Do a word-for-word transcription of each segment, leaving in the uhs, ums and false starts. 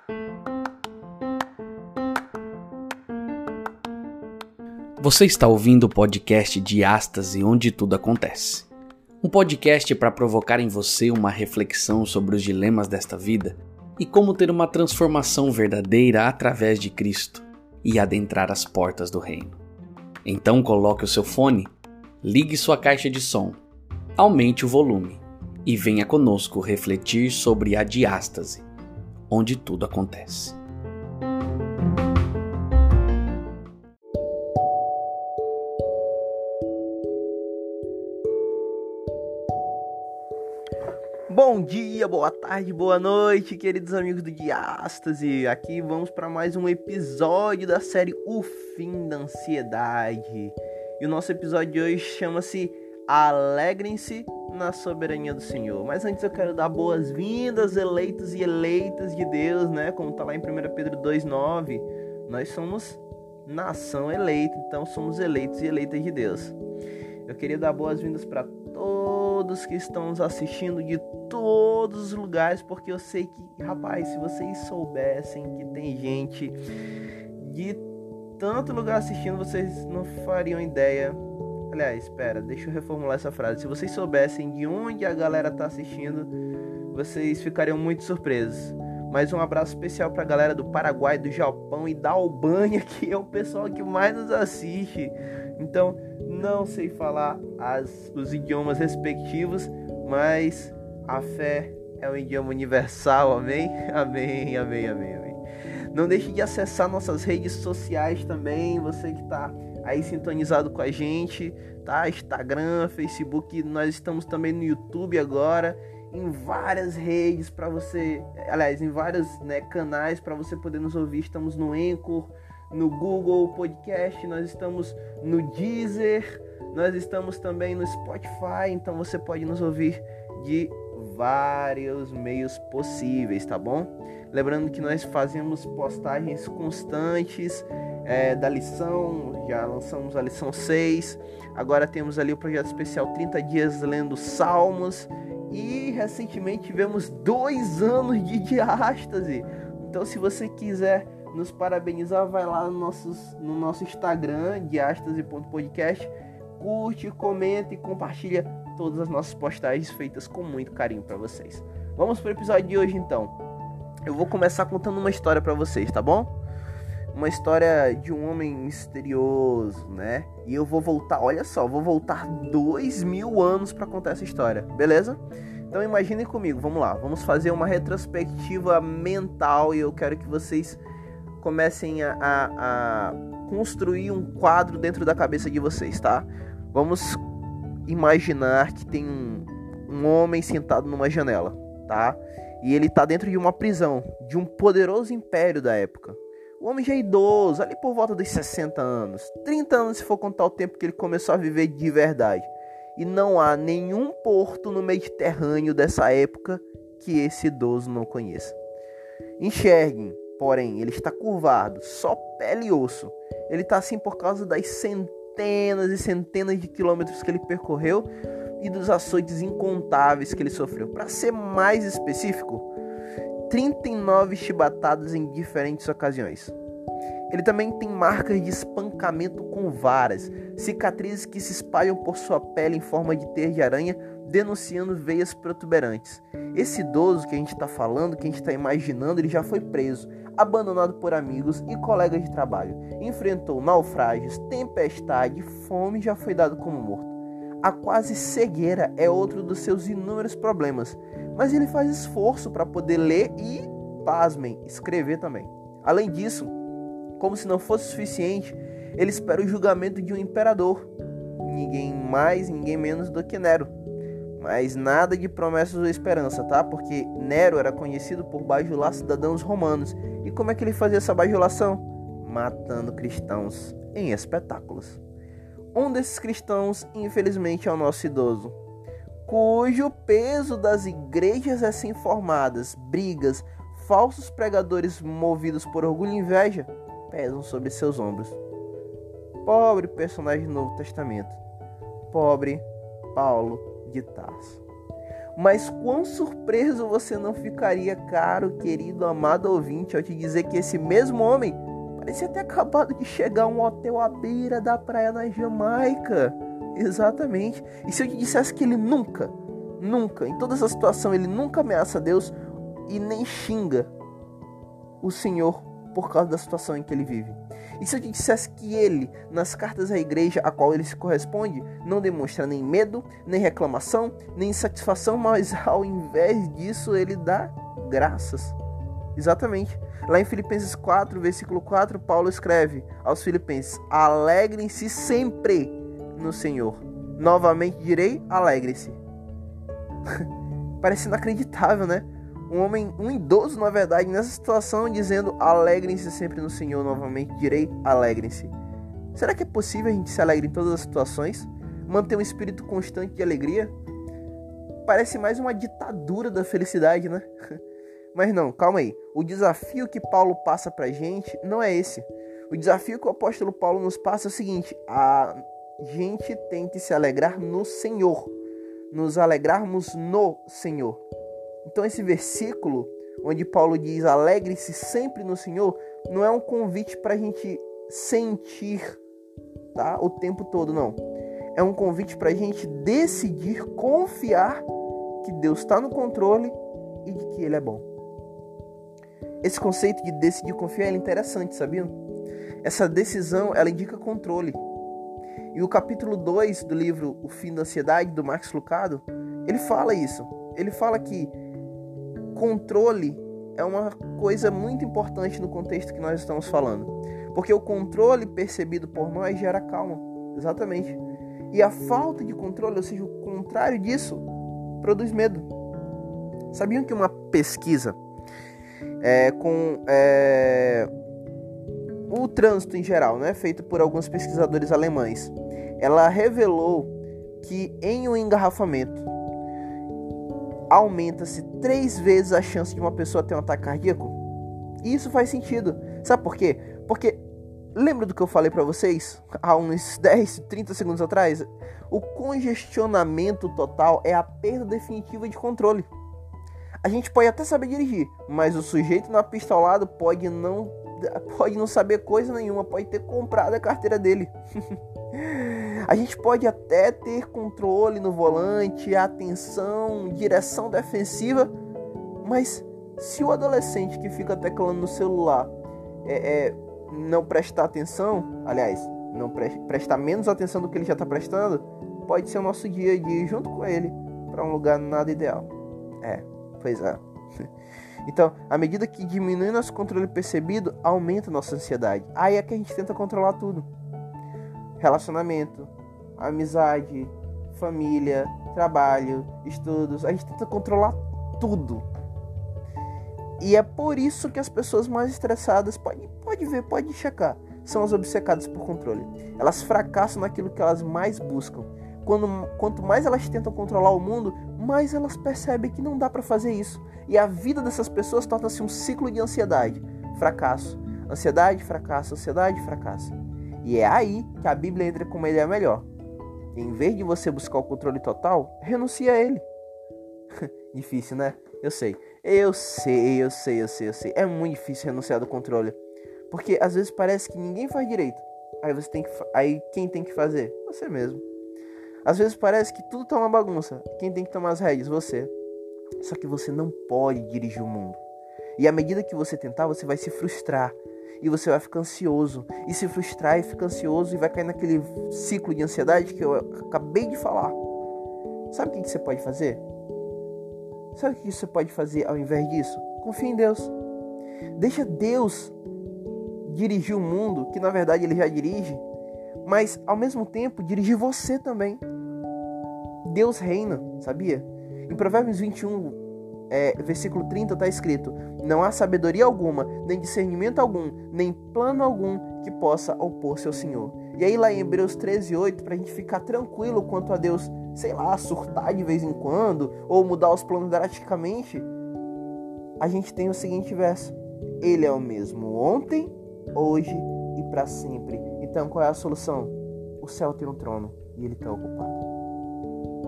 Você está ouvindo o podcast Diástase, onde tudo acontece. Um podcast para provocar em você uma reflexão sobre os dilemas desta vida e como ter uma transformação verdadeira através de Cristo e adentrar as portas do reino. Então coloque o seu fone, ligue sua caixa de som, aumente o volume e venha conosco refletir sobre a diástase, onde tudo acontece. Bom dia, boa tarde, boa noite, queridos amigos do Diástase. Aqui vamos para mais um episódio da série O Fim da Ansiedade. E o nosso episódio de hoje chama-se Alegrem-se na Soberania do Senhor. Mas antes eu quero dar boas-vindas, eleitos e eleitas de Deus, né? Como está lá em primeira Pedro dois, nove. Nós somos nação eleita, então somos eleitos e eleitas de Deus. Eu queria dar boas-vindas para todos que estão nos assistindo de todos os lugares, porque eu sei que, rapaz, se vocês soubessem que tem gente de tanto lugar assistindo, vocês não fariam ideia. Aliás, espera, deixa eu reformular essa frase. Se vocês soubessem de onde a galera tá assistindo, vocês ficariam muito surpresos. Mas um abraço especial pra galera do Paraguai, do Japão e da Albânia, que é o pessoal que mais nos assiste. Então, não sei falar as, os idiomas respectivos, mas a fé é um idioma universal, amém? Amém, amém, amém, amém. Não deixe de acessar nossas redes sociais também, você que está aí sintonizado com a gente, tá? Instagram, Facebook, nós estamos também no YouTube agora, em várias redes para você, aliás, em vários, né, canais para você poder nos ouvir. Estamos no Anchor, no Google Podcast, nós estamos no Deezer, nós estamos também no Spotify, então você pode nos ouvir de vários meios possíveis, tá bom? Lembrando que nós fazemos postagens constantes é, da lição, já lançamos a lição seis, agora temos ali o projeto especial trinta dias lendo Salmos e recentemente tivemos dois anos de diástase. Então, se você quiser nos parabenizar, vai lá no, nossos, no nosso Instagram, diástase ponto podcast, curte, comenta e compartilha todas as nossas postagens feitas com muito carinho para vocês. Vamos para o episódio de hoje então. Eu vou começar contando uma história para vocês, tá bom? Uma história de um homem misterioso, né? E eu vou voltar, olha só, vou voltar dois mil anos para contar essa história, beleza? Então imaginem comigo, vamos lá. Vamos fazer uma retrospectiva mental e eu quero que vocês comecem a, a, a construir um quadro dentro da cabeça de vocês, tá? Vamos imaginar que tem um, um homem sentado numa janela, tá? E ele tá dentro de uma prisão, de um poderoso império da época. O homem já é idoso, ali por volta dos sessenta anos, trinta anos se for contar o tempo que ele começou a viver de verdade. E não há nenhum porto no Mediterrâneo dessa época que esse idoso não conheça. Enxerguem, porém, ele está curvado, só pele e osso. Ele está assim por causa das centenas e centenas de quilômetros que ele percorreu e dos açoites incontáveis que ele sofreu. Para ser mais específico, trinta e nove chibatadas em diferentes ocasiões. Ele também tem marcas de espancamento com varas, cicatrizes que se espalham por sua pele em forma de teia de aranha, denunciando veias protuberantes. Esse idoso que a gente está falando, que a gente está imaginando, ele já foi preso, abandonado por amigos e colegas de trabalho. Enfrentou naufrágios, tempestade, fome e já foi dado como morto. A quase cegueira é outro dos seus inúmeros problemas, mas ele faz esforço para poder ler e, pasmem, escrever também. Além disso, como se não fosse suficiente, ele espera o julgamento de um imperador, ninguém mais, ninguém menos do que Nero. Mas nada de promessas ou esperança, tá? Porque Nero era conhecido por bajular cidadãos romanos. E como é que ele fazia essa bajulação? Matando cristãos em espetáculos. Um desses cristãos, infelizmente, é o nosso idoso, cujo peso das igrejas recém-formadas, brigas, falsos pregadores movidos por orgulho e inveja, pesam sobre seus ombros. Pobre personagem do Novo Testamento. Pobre Paulo de Tarso. Mas quão surpreso você não ficaria, caro, querido, amado ouvinte, ao te dizer que esse mesmo homem parecia ter acabado de chegar a um hotel à beira da praia na Jamaica. Exatamente. E se eu te dissesse que ele nunca, nunca, em toda essa situação, ele nunca ameaça Deus e nem xinga o Senhor por causa da situação em que ele vive? E se eu te dissesse que ele, nas cartas à igreja a qual ele se corresponde, não demonstra nem medo, nem reclamação, nem insatisfação, mas ao invés disso ele dá graças? Exatamente. Lá em Filipenses quatro, versículo quatro, Paulo escreve aos Filipenses: alegrem-se sempre no Senhor. Novamente direi, alegrem-se. Parece inacreditável, né? Um homem, um idoso, na verdade, nessa situação, dizendo: alegrem-se sempre no Senhor. Novamente direi, alegrem-se. Será que é possível a gente se alegrar em todas as situações? Manter um espírito constante de alegria? Parece mais uma ditadura da felicidade, né? Mas não, calma aí. O desafio que Paulo passa pra gente não é esse. O desafio que o apóstolo Paulo nos passa é o seguinte: a gente tem que se alegrar no Senhor. Nos alegrarmos no Senhor. Então esse versículo, onde Paulo diz alegre-se sempre no Senhor, não é um convite para a gente sentir, tá, o tempo todo, não. É um convite para a gente decidir confiar que Deus está no controle e de que Ele é bom. Esse conceito de decidir confiar é interessante, sabiam? Essa decisão, ela indica controle. E o capítulo dois do livro O Fim da Ansiedade, do Max Lucado, ele fala isso. Ele fala que controle é uma coisa muito importante no contexto que nós estamos falando. Porque o controle percebido por nós gera calma. Exatamente. E a falta de controle, ou seja, o contrário disso, produz medo. Sabiam que uma pesquisa é, com é, o trânsito em geral, né, feita por alguns pesquisadores alemães, ela revelou que em um engarrafamento aumenta-se três vezes a chance de uma pessoa ter um ataque cardíaco? E isso faz sentido. Sabe por quê? Porque, lembra do que eu falei pra vocês há uns dez, trinta segundos atrás? O congestionamento total é a perda definitiva de controle. A gente pode até saber dirigir, mas o sujeito na pista ao lado pode não, pode não saber coisa nenhuma, pode ter comprado a carteira dele. A gente pode até ter controle no volante, atenção, direção defensiva, mas se o adolescente que fica teclando no celular é, é, não prestar atenção, aliás, não pre- prestar menos atenção do que ele já está prestando, pode ser o nosso dia de ir junto com ele para um lugar nada ideal. É, pois é. Então, à medida que diminui nosso controle percebido, aumenta nossa ansiedade. Aí é que a gente tenta controlar tudo. Relacionamento, amizade, família, trabalho, estudos. A gente tenta controlar tudo. E é por isso que as pessoas mais estressadas, pode, pode ver, pode checar, são as obcecadas por controle. Elas fracassam naquilo que elas mais buscam. Quando, quanto mais elas tentam controlar o mundo, mais elas percebem que não dá para fazer isso. E a vida dessas pessoas torna-se um ciclo de ansiedade, fracasso, ansiedade, fracasso, ansiedade, fracasso. E é aí que a Bíblia entra com uma ideia melhor. Em vez de você buscar o controle total, renuncie a ele. Difícil, né? Eu sei. Eu sei, eu sei, eu sei, eu sei. É muito difícil renunciar do controle. Porque às vezes parece que ninguém faz direito. Aí você tem que, aí quem tem que fazer? Você mesmo. Às vezes parece que tudo tá uma bagunça. Quem tem que tomar as rédeas? Você. Só que você não pode dirigir o mundo. E à medida que você tentar, você vai se frustrar. E você vai ficar ansioso. E se frustrar e fica ansioso. E vai cair naquele ciclo de ansiedade que eu acabei de falar. Sabe o que você pode fazer? Sabe o que você pode fazer ao invés disso? Confia em Deus. Deixa Deus dirigir o mundo, que na verdade Ele já dirige. Mas ao mesmo tempo dirigir você também. Deus reina, sabia? Em Provérbios vinte e um, é, versículo trinta, está escrito: não há sabedoria alguma, nem discernimento algum, nem plano algum que possa opor-se ao Senhor. E aí lá em Hebreus treze, oito, para a gente ficar tranquilo quanto a Deus, sei lá, surtar de vez em quando, ou mudar os planos drasticamente, a gente tem o seguinte verso: Ele é o mesmo ontem, hoje e para sempre. Então qual é a solução? O céu tem um trono e Ele está ocupado.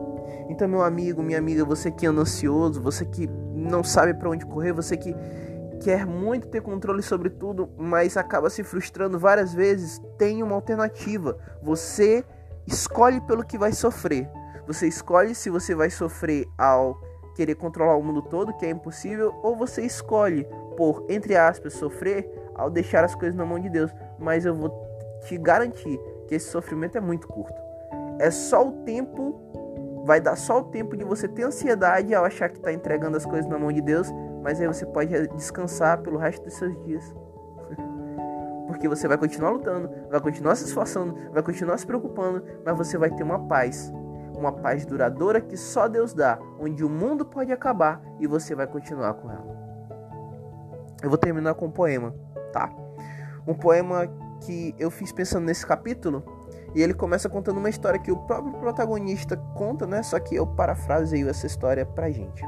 Então, meu amigo, minha amiga, você que anda ansioso, você que não sabe para onde correr, você que quer muito ter controle sobre tudo, mas acaba se frustrando várias vezes, tem uma alternativa. Você escolhe pelo que vai sofrer. Você escolhe se você vai sofrer ao querer controlar o mundo todo, que é impossível, ou você escolhe por, entre aspas, sofrer ao deixar as coisas na mão de Deus. Mas eu vou te garantir que esse sofrimento é muito curto. É só o tempo, vai dar só o tempo de você ter ansiedade ao achar que está entregando as coisas na mão de Deus, mas aí você pode descansar pelo resto dos seus dias. Porque você vai continuar lutando, vai continuar se esforçando, vai continuar se preocupando, mas você vai ter uma paz. Uma paz duradoura que só Deus dá, onde o mundo pode acabar e você vai continuar com ela. Eu vou terminar com um poema, tá? Um poema que eu fiz pensando nesse capítulo, e ele começa contando uma história que o próprio protagonista conta, né? Só que eu parafraseio essa história pra gente.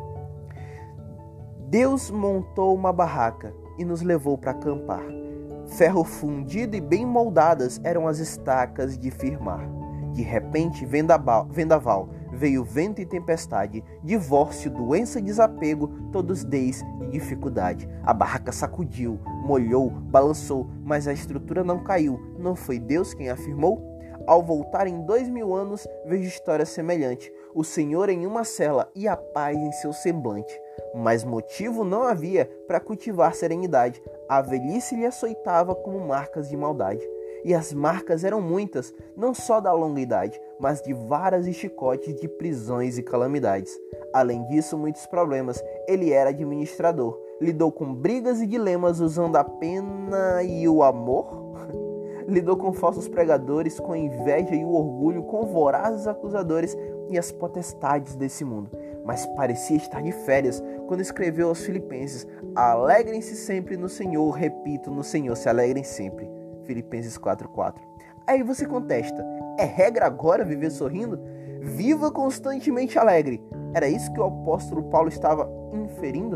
Deus montou uma barraca e nos levou para acampar. Ferro fundido e bem moldadas eram as estacas de firmar. De repente, vendaval, vendaval, veio vento e tempestade, divórcio, doença e desapego, todos deis de dificuldade. A barraca sacudiu, molhou, balançou, mas a estrutura não caiu. Não foi Deus quem afirmou? Ao voltar em dois mil anos, vejo história semelhante. O Senhor em uma cela e a paz em seu semblante. Mas motivo não havia para cultivar serenidade. A velhice lhe açoitava como marcas de maldade. E as marcas eram muitas, não só da longa idade, mas de varas e chicotes de prisões e calamidades. Além disso, muitos problemas. Ele era administrador. Lidou com brigas e dilemas usando a pena e o amor. Lidou com falsos pregadores, com a inveja e o orgulho, com vorazes acusadores e as potestades desse mundo. Mas parecia estar de férias quando escreveu aos Filipenses: alegrem-se sempre no Senhor, repito, no Senhor, se alegrem sempre. Filipenses quatro, quatro. Aí você contesta: é regra agora viver sorrindo? Viva constantemente alegre. Era isso que o apóstolo Paulo estava inferindo?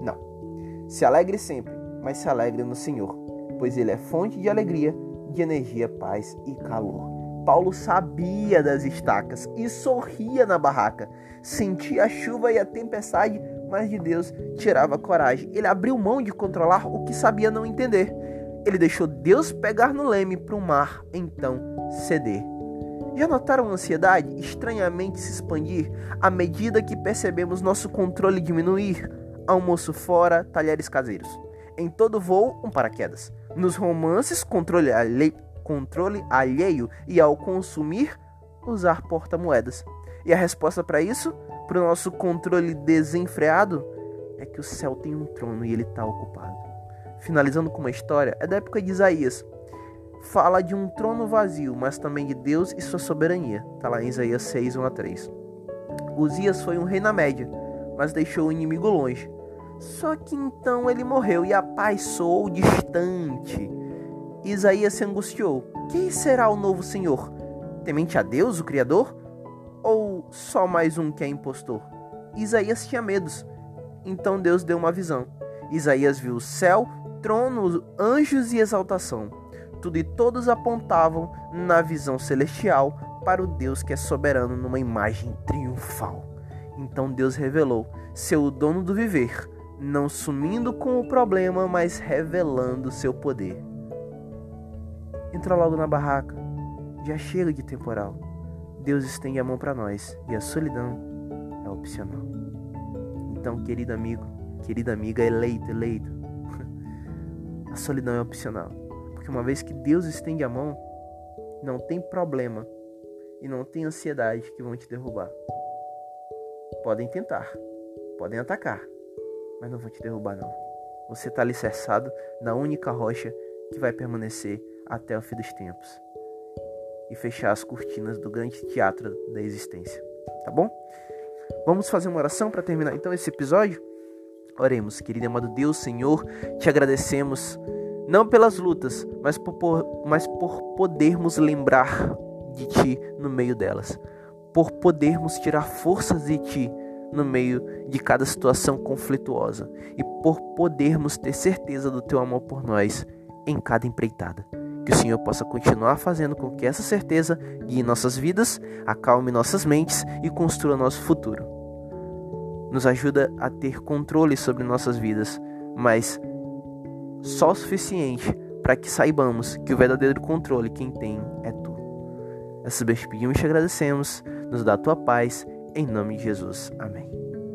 Não. Se alegre sempre, mas se alegre no Senhor, pois Ele é fonte de alegria, de energia, paz e calor. Paulo sabia das estacas e sorria na barraca. Sentia a chuva e a tempestade, mas de Deus tirava coragem. Ele abriu mão de controlar o que sabia não entender. Ele deixou Deus pegar no leme para o mar, então ceder. Já notaram a ansiedade estranhamente se expandir à medida que percebemos nosso controle diminuir? Almoço fora, talheres caseiros. Em todo voo, um paraquedas. Nos romances, controle alheio, controle alheio e ao consumir, usar porta-moedas. E a resposta para isso, para o nosso controle desenfreado, é que o céu tem um trono e ele está ocupado. Finalizando com uma história, é da época de Isaías. Fala de um trono vazio, mas também de Deus e sua soberania. Está lá em Isaías seis, um a três. Uzias foi um rei na média, mas deixou o inimigo longe. Só que então ele morreu e a paz soou distante. Isaías se angustiou. Quem será o novo Senhor? Temente a Deus, o Criador? Ou só mais um que é impostor? Isaías tinha medos. Então Deus deu uma visão. Isaías viu o céu, trono, anjos e exaltação. Tudo e todos apontavam na visão celestial para o Deus que é soberano numa imagem triunfal. Então Deus revelou ser o dono do viver, não sumindo com o problema, mas revelando seu poder. Entra logo na barraca, já chega de temporal. Deus estende a mão para nós e a solidão é opcional. Então, querido amigo, querida amiga, eleito, eleito, a solidão é opcional. Porque uma vez que Deus estende a mão, não tem problema e não tem ansiedade que vão te derrubar. Podem tentar, podem atacar, mas não vão te derrubar não. Você está alicerçado na única rocha que vai permanecer até o fim dos tempos e fechar as cortinas do grande teatro da existência, tá bom? Vamos fazer uma oração para terminar então esse episódio? Oremos. Querido e amado Deus, Senhor, te agradecemos não pelas lutas, mas por, mas por podermos lembrar de Ti no meio delas, por podermos tirar forças de Ti no meio de cada situação conflituosa e por podermos ter certeza do Teu amor por nós em cada empreitada. Que o Senhor possa continuar fazendo com que essa certeza guie nossas vidas, acalme nossas mentes e construa nosso futuro. Nos ajuda a ter controle sobre nossas vidas, mas só o suficiente para que saibamos que o verdadeiro controle quem tem é Tu. Essas bênçãos pedimos e te agradecemos, nos dá a Tua paz, em nome de Jesus. Amém.